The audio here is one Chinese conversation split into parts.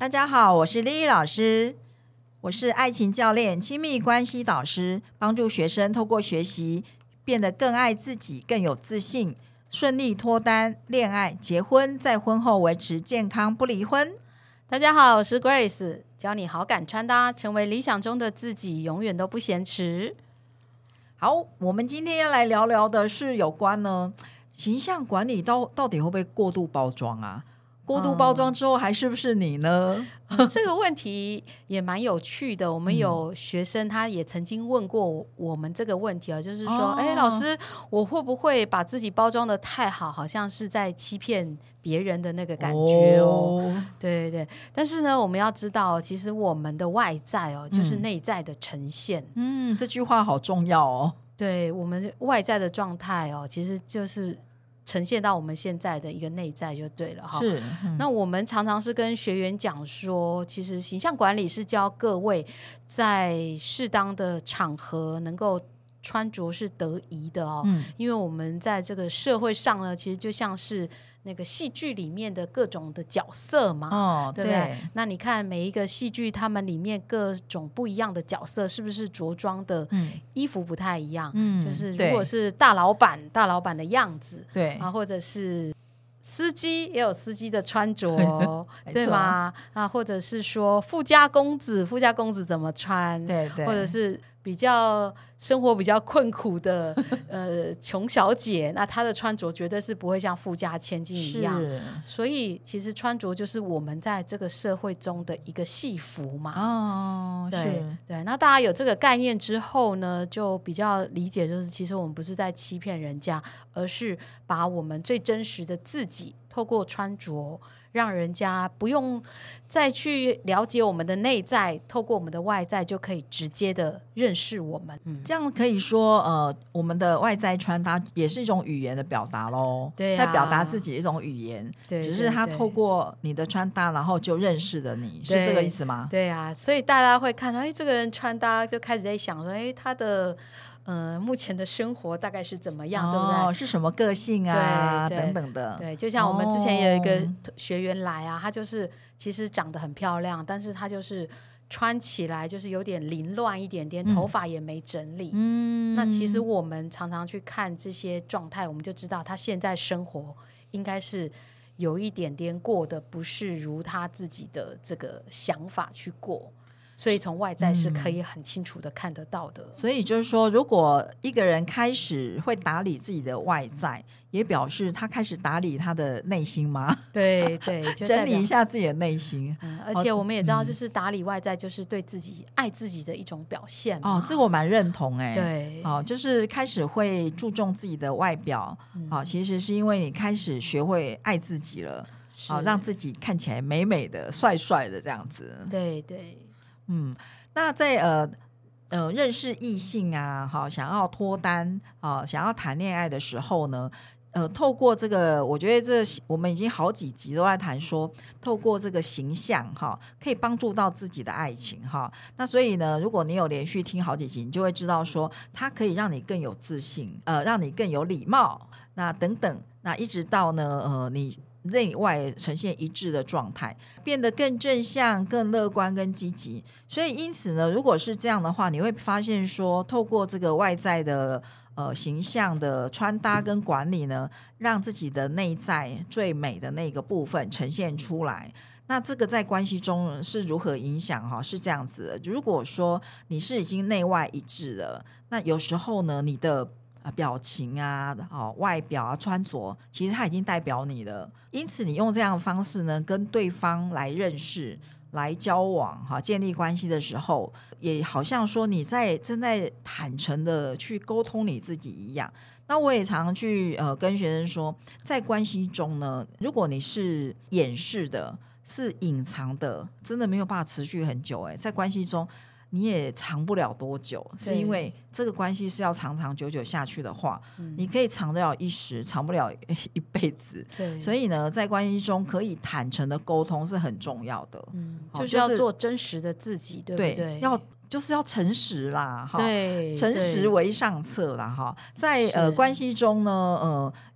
大家好，我是莉莉老师，我是爱情教练、亲密关系导师，帮助学生透过学习变得更爱自己、更有自信，顺利脱单、恋爱、结婚，在婚后维持健康不离婚。 大家好，我是 Grace， 教你好感穿搭，成为理想中的自己，永远都不嫌迟。 好，我们今天要来聊聊的是有关呢形象管理到底会不会过度包装啊？过度包装之后还是不是你呢？ 这个问题也蛮有趣的。我们有学生他也曾经问过我们这个问题啊，就是说老师，我会不会把自己包装得太好，好像是在欺骗别人的那个感觉对对对。但是呢，我们要知道其实我们的外在就是内在的呈现。 这句话好重要哦。 对，我们外在的状态其实就是呈现到我们现在的一个内在就对了是那我们常常是跟学员讲说，其实形象管理是教各位在适当的场合能够穿着是得宜的因为我们在这个社会上呢，其实就像是那个戏剧里面的各种的角色嘛对不对？那你看每一个戏剧他们里面各种不一样的角色，是不是着装的衣服不太一样就是如果是大老板的样子， 对或者是司机也有司机的穿着对吗？或者是说富家公子怎么穿， 对， 或者是比较生活比较困苦的穷小姐，那她的穿着绝对是不会像富家千金一样。所以其实穿着就是我们在这个社会中的一个戏服嘛对。那大家有这个概念之后呢，就比较理解，就是其实我们不是在欺骗人家，而是把我们最真实的自己透过穿着让人家不用再去了解我们的内在，透过我们的外在就可以直接的认识我们这样可以说我们的外在穿搭也是一种语言的表达咯。 对在表达自己一种语言， 对， 只是他透过你的穿搭然后就认识了你，是这个意思吗？ 对啊，所以大家会看到这个人穿搭就开始在想说他的目前的生活大概是怎么样对不对？ 是什么个性啊等等的。 对，就像我们之前有一个学员来他就是其实长得很漂亮，但是他就是穿起来就是有点凌乱一点点，头发也没整理那其实我们常常去看这些状态，我们就知道他现在生活应该是有一点点过得不是如他自己的这个想法去过，所以从外在是可以很清楚的看得到的所以就是说，如果一个人开始会打理自己的外在，也表示他开始打理他的内心吗？ 对就整理一下自己的内心而且我们也知道就是打理外在就是对自己爱自己的一种表现这个我蛮认同对就是开始会注重自己的外表其实是因为你开始学会爱自己了让自己看起来美美的帅帅的这样子。 对那在认识异性想要脱单想要谈恋爱的时候呢透过这个我觉得我们已经好几集都在谈说透过这个形象可以帮助到自己的爱情那所以呢如果你有连续听好几集，你就会知道说它可以让你更有自信让你更有礼貌那等等，那一直到呢你内外呈现一致的状态，变得更正向更乐观更积极。所以因此呢如果是这样的话，你会发现说透过这个外在的形象的穿搭跟管理呢，让自己的内在最美的那个部分呈现出来。那这个在关系中是如何影响是这样子的，如果说你是已经内外一致了，那有时候呢你的表情外表穿着其实它已经代表你了，因此你用这样的方式呢跟对方来认识来交往建立关系的时候，也好像说你正在坦诚的去沟通你自己一样。那我也常去跟学生说，在关系中呢，如果你是掩饰的是隐藏的，真的没有办法持续很久在关系中你也藏不了多久，是因为这个关系是要长长久久下去的话你可以藏得了一时，藏不了一辈子。 对， 所以呢在关系中可以坦诚的沟通是很重要的就是要做真实的自己，对不对？ 就是要诚实啦对， 诚实为上策啦在关系中呢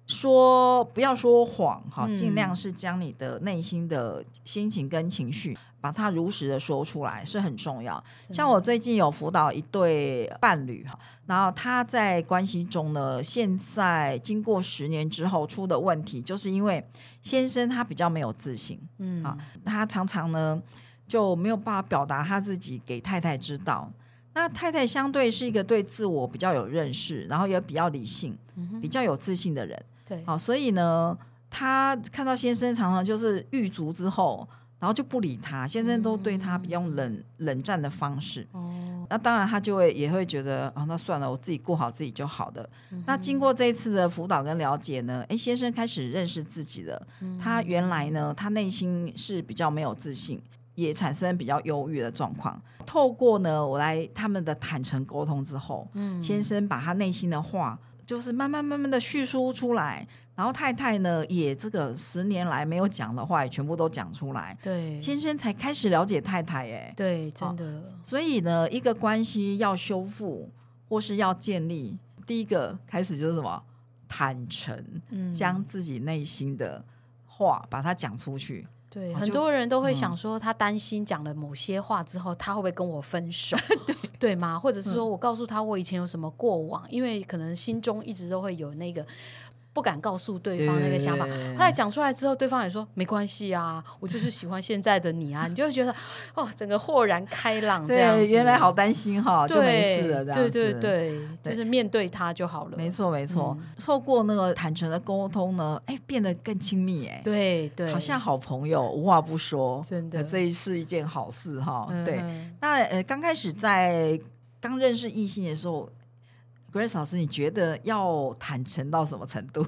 不要说谎哈，尽量是将你的内心的心情跟情绪把它如实的说出来是很重要。像我最近有辅导一对伴侣哈，然后他在关系中呢，现在经过10年之后出的问题，就是因为先生他比较没有自信，他常常呢就没有办法表达他自己给太太知道。那太太相对是一个对自我比较有认识，然后也比较理性，比较有自信的人。 对， 好，所以呢，他看到先生常常就是郁足之后，然后就不理他，先生都对他比较冷战的方式。那当然他也会觉得那算了，我自己过好自己就好的。那经过这一次的辅导跟了解呢，先生开始认识自己了。他原来呢，他内心是比较没有自信，也产生比较忧郁的状况。透过呢我来他们的坦诚沟通之后，先生把他内心的话就是慢慢的叙述出来，然后太太呢也这个10年来没有讲的话也全部都讲出来， 对， 先生才开始了解太太。 对，真的。 所以呢，一个关系要修复或是要建立，第一个开始就是什么？坦诚，将自己内心的话把它讲出去。 对，很多人都会想说，他担心讲了某些话之后，他会不会跟我分手？对吗？或者是说我告诉他我以前有什么过往，因为可能心中一直都会有那个不敢告诉对方那个想法。后来讲出来之后，对方也说没关系啊，我就是喜欢现在的你啊，你就会觉得整个豁然开朗这样子。 对，原来好担心哈，就没事了这样子。 对，就是面对他就好了。 没错。透过那个坦诚的沟通呢，变得更亲密。 对， 好像好朋友，无话不说， 真的， 这是一件好事哈。对，那刚开始在刚认识异性的时候，Grace 老师，你觉得要坦诚到什么程度？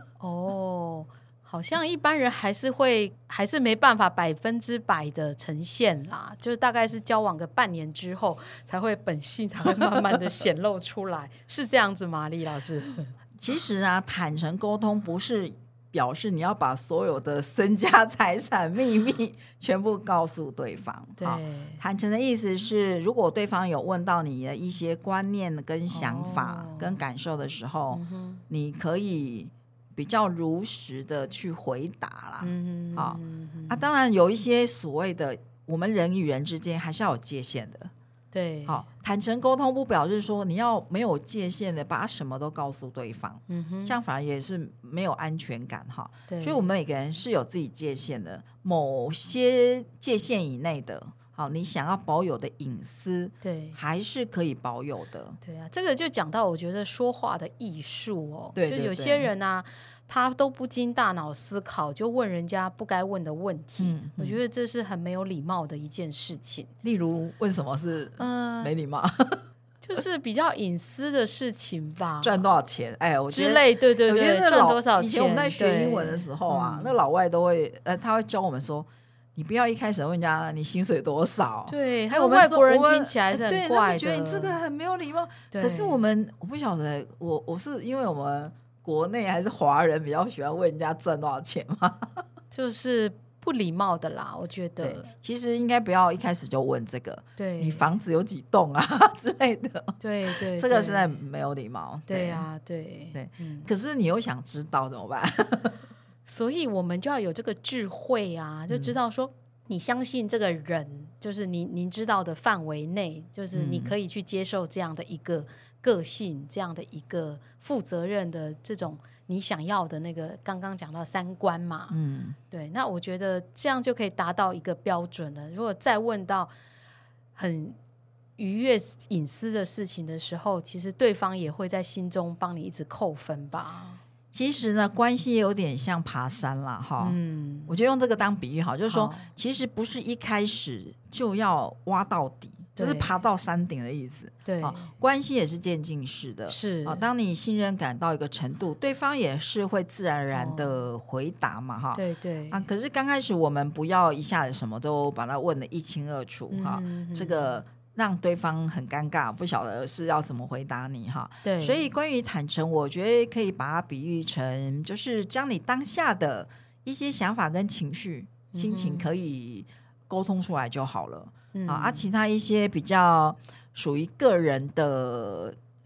好像一般人还是没办法100%的呈现啦，就是大概是交往个半年之后，本性才会慢慢的显露出来，是这样子吗？李老师？ 其实啊，坦诚沟通不是表示你要把所有的身家财产秘密全部告诉对方。 对， 坦诚的意思是，如果对方有问到你的一些观念跟想法跟感受的时候，你可以比较如实的去回答啦。当然有一些所谓的我们人与人之间还是要有界限的。 对， 坦诚沟通不表示说你要没有界限的把什么都告诉对方，这样反而也是没有安全感哈。所以我们每个人是有自己界限的，某些界限以内的你想要保有的隐私，对，还是可以保有的。 对啊，这个就讲到我觉得说话的艺术对， 就有些人啊他都不经大脑思考就问人家不该问的问题，我觉得这是很没有礼貌的一件事情。 例如问什么是没礼貌？ 就是比较隐私的事情吧， 赚多少钱？我觉得之类，对， 我觉得赚多少钱？ 以前我们在学英文的时候啊，那老外都会他会教我们说，你不要一开始问人家你薪水多少。 对，还有外国人听起来是很怪的， 对，他们觉得你这个很没有礼貌。可是我不晓得，我是因为我们国内还是华人比较喜欢问人家赚多少钱嘛， 就是不礼貌的啦，我觉得。 对，其实应该不要一开始就问这个， 对， 你房子有几栋啊之类的。 对， 这个实在没有礼貌。 对啊，对。 可是你又想知道怎么办？ 所以我们就要有这个智慧啊，就知道说你相信这个人，就是您知道的范围内，就是你可以去接受这样的一个个性，这样的一个负责任的这种你想要的那个刚刚讲到3观嘛。对，那我觉得这样就可以达到一个标准了。如果再问到很逾越隐私的事情的时候，其实对方也会在心中帮你一直扣分吧。 其实呢，关系有点像爬山啦哈。我觉得用这个当比喻好，就是说其实不是一开始就要挖到底，就是爬到山顶的意思。 对， 关系也是渐进式的。 是当你信任感到一个程度，对方也是会自然而然的回答嘛哈。 对对可是刚开始我们不要一下子什么都把它问得一清二楚哈。这个让对方很尴尬，不晓得是要怎么回答你哈。 对， 所以关于坦诚，我觉得可以把它比喻成，就是将你当下的一些想法跟情绪、心情可以沟通出来就好了。其他一些比较属于个人的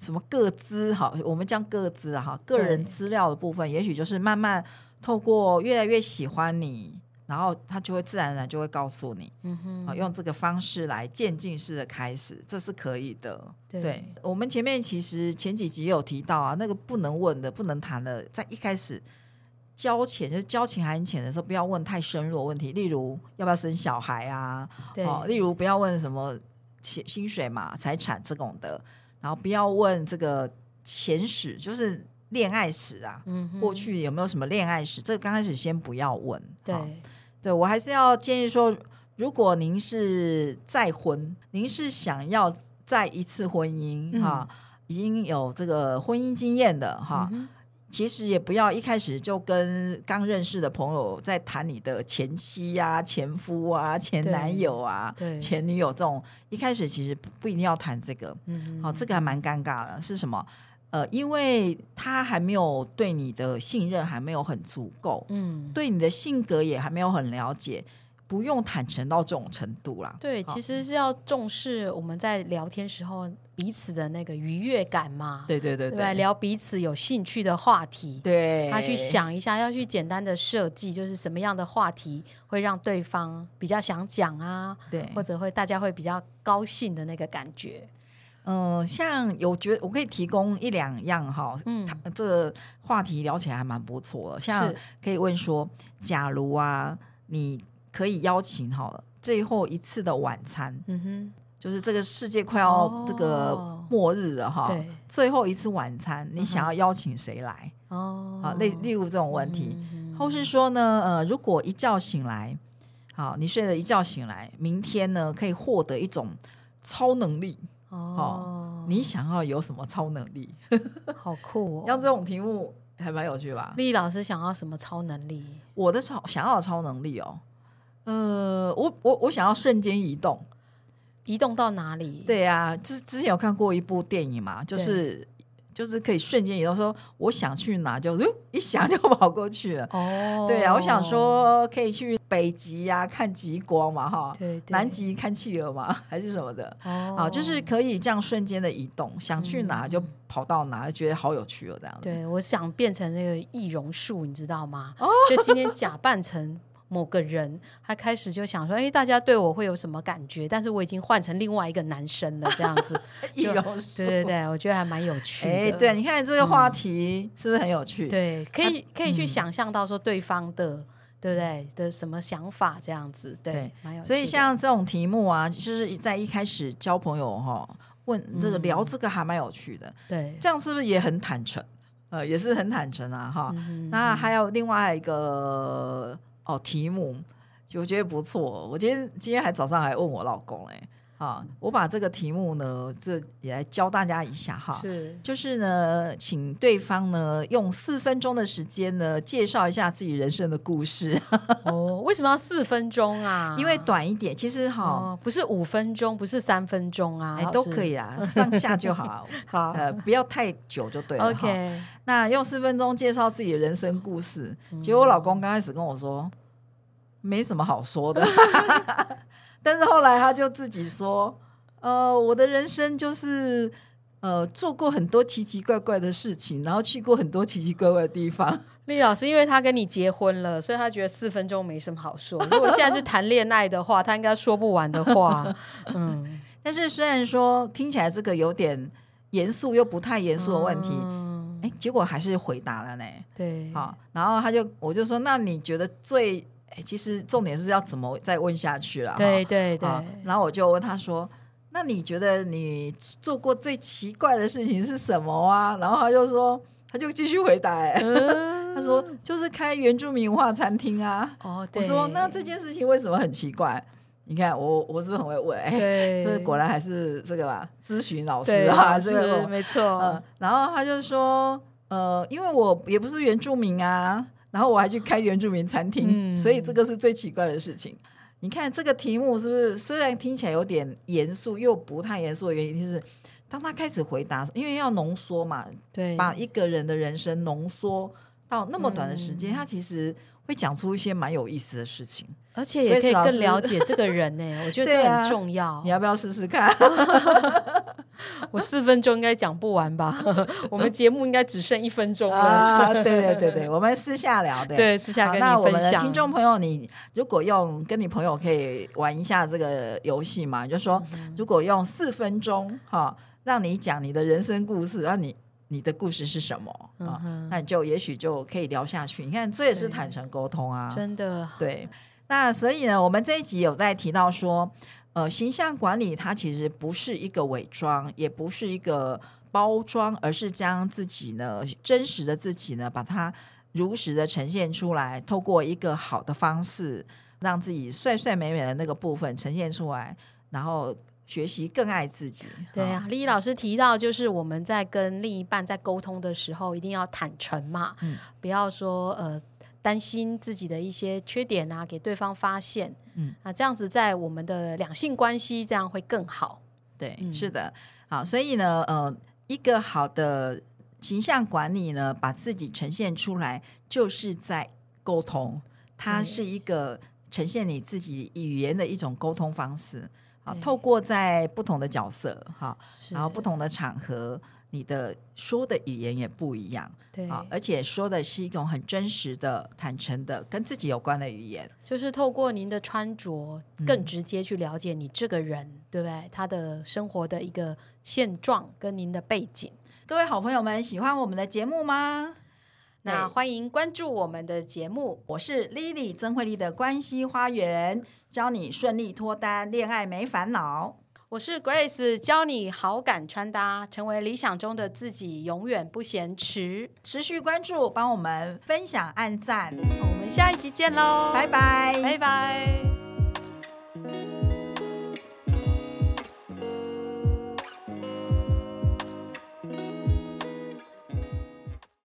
什么个资，好，我们讲个资啊，个人资料的部分，也许就是慢慢透过越来越喜欢你，然后他就会自然而然就会告诉你，用这个方式来渐进式的开始，这是可以的。 对，我们前面其实前几集也有提到啊，那个不能问的不能谈的，在一开始交钱就是交情还很浅的时候，不要问太深入的问题，例如要不要生小孩啊，例如不要问什么薪水嘛财产这种的，然后不要问这个前史，就是恋爱史啊，过去有没有什么恋爱史，这个刚开始先不要问。对，我还是要建议说，如果您是再婚，您是想要再一次婚姻已经有这个婚姻经验的其实也不要一开始就跟刚认识的朋友在谈你的前妻啊、前夫啊、前男友啊、前女友这种，一开始其实不一定要谈这个。这个还蛮尴尬的。是什么？因为他还没有对你的信任还没有很足够，对你的性格也还没有很了解，不用坦诚到这种程度啦。 对，其实是要重视我们在聊天时候彼此的那个愉悦感嘛。 对， 聊彼此有兴趣的话题。 对， 他去想一下，要去简单的设计，就是什么样的话题会让对方比较想讲啊，对，或者大家会比较高兴的那个感觉。 像我可以提供一两样这个话题聊起来还蛮不错的。像可以问说，假如啊你可以邀请好了最后一次的晚餐，就是这个世界快要这个末日了对，最后一次晚餐你想要邀请谁来？例如这种问题，或是说呢如果一觉醒来，你睡了一觉醒来，明天呢可以获得一种超能力，你想要有什么超能力？ 好酷哦！ 像这种题目还蛮有趣吧？ 丽老师想要什么超能力？ 我的想要的超能力我想要瞬间移动。 移动到哪里？ 对啊，就是之前有看过一部电影嘛，就是可以瞬间移动，说我想去哪就一想就跑过去了。对啊，我想说可以去北极啊看极光嘛对，南极看企鹅嘛还是什么的就是可以这样瞬间的移动，想去哪就跑到哪，觉得好有趣这样。 对，我想变成那个易容术，你知道吗？就今天假扮成某个人，他开始就想说大家对我会有什么感觉，但是我已经换成另外一个男生了这样子易容术。 对，我觉得还蛮有趣的。 对，你看这个话题是不是很有趣？ 对，可以去想象到说对方的对不对的什么想法这样子。对，蛮有趣的。 所以像这种题目啊，就是在一开始交朋友问这个聊这个还蛮有趣的。对，这样是不是也很坦诚？也是很坦诚啊那还有另外一个题目我觉得不错，我今天还早上还问我老公我把这个题目呢这也来教大家一下就是呢请对方呢用4分钟的时间呢介绍一下自己人生的故事。 为什么要4分钟啊？ 因为短一点，其实不是5分钟，不是3分钟啊都可以啦，上下就好好不要太久就对了。OK， 那用4分钟介绍自己的人生故事，结果我老公刚开始跟我说没什么好说的但是后来他就自己说我的人生就是做过很多奇奇怪怪的事情，然后去过很多奇奇怪怪的地方。 丽老师因为他跟你结婚了，所以他觉得4分钟没什么好说。如果现在是谈恋爱的话他应该说不完的话但是虽然说听起来这个有点严肃又不太严肃的问题结果还是回答了呢。 对， 然后我就说那你觉得其实重点是要怎么再问下去了。 对， 然后我就问他说那你觉得你做过最奇怪的事情是什么啊？然后他就继续回答他说就是开原住民文化餐厅啊。我说那这件事情为什么很奇怪？你看我是不是很会问这个果然还是这个吧咨询老师这个没错然后他就说因为我也不是原住民啊，然后我还去开原住民餐厅所以这个是最奇怪的事情。你看这个题目是不是虽然听起来有点严肃又不太严肃的原因就是当他开始回答，因为要浓缩嘛，对，把一个人的人生浓缩到那么短的时间他其实会讲出一些蛮有意思的事情， 而且也可以更了解这个人我觉得这很重要你要不要试试看我4分钟应该讲不完吧我们节目应该只剩1分钟了对对对对，我们私下聊的， 对，私下跟你分享。 那我们的听众朋友，你如果跟你朋友可以玩一下这个游戏嘛，就说如果用4分钟让你讲你的人生故事，你的故事是什么那你也许就可以聊下去。你看这也是坦诚沟通啊， 真的。 对，那所以呢，我们这一集有在提到说形象管理它其实不是一个伪装，也不是一个包装，而是将自己呢真实的自己呢把它如实的呈现出来，透过一个好的方式让自己帅帅美美的那个部分呈现出来，然后学习更爱自己。 对啊，丽丽老师提到就是我们在跟另一半在沟通的时候一定要坦诚嘛，不要说担心自己的一些缺点啊给对方发现，这样子在我们的两性关系这样会更好。 对，是的。好，所以呢一个好的形象管理呢把自己呈现出来就是在沟通，它是一个呈现你自己语言的一种沟通方式。好，透过在不同的角色然后不同的场合，你的说的语言也不一样。 对， 而且说的是一种很真实的坦诚的跟自己有关的语言， 就是透过您的穿着更直接去了解你这个人，对不对？他的生活的一个现状跟您的背景。 各位好朋友们，喜欢我们的节目吗？ 那欢迎关注我们的节目。 我是 Lily 曾慧丽的关系花园，教你顺利脱单，恋爱没烦恼。 我是 Grace， 教你好感穿搭，成为理想中的自己，永远不嫌迟。 持续关注，帮我们分享按赞。 我们下一集见咯， 拜拜， 拜拜。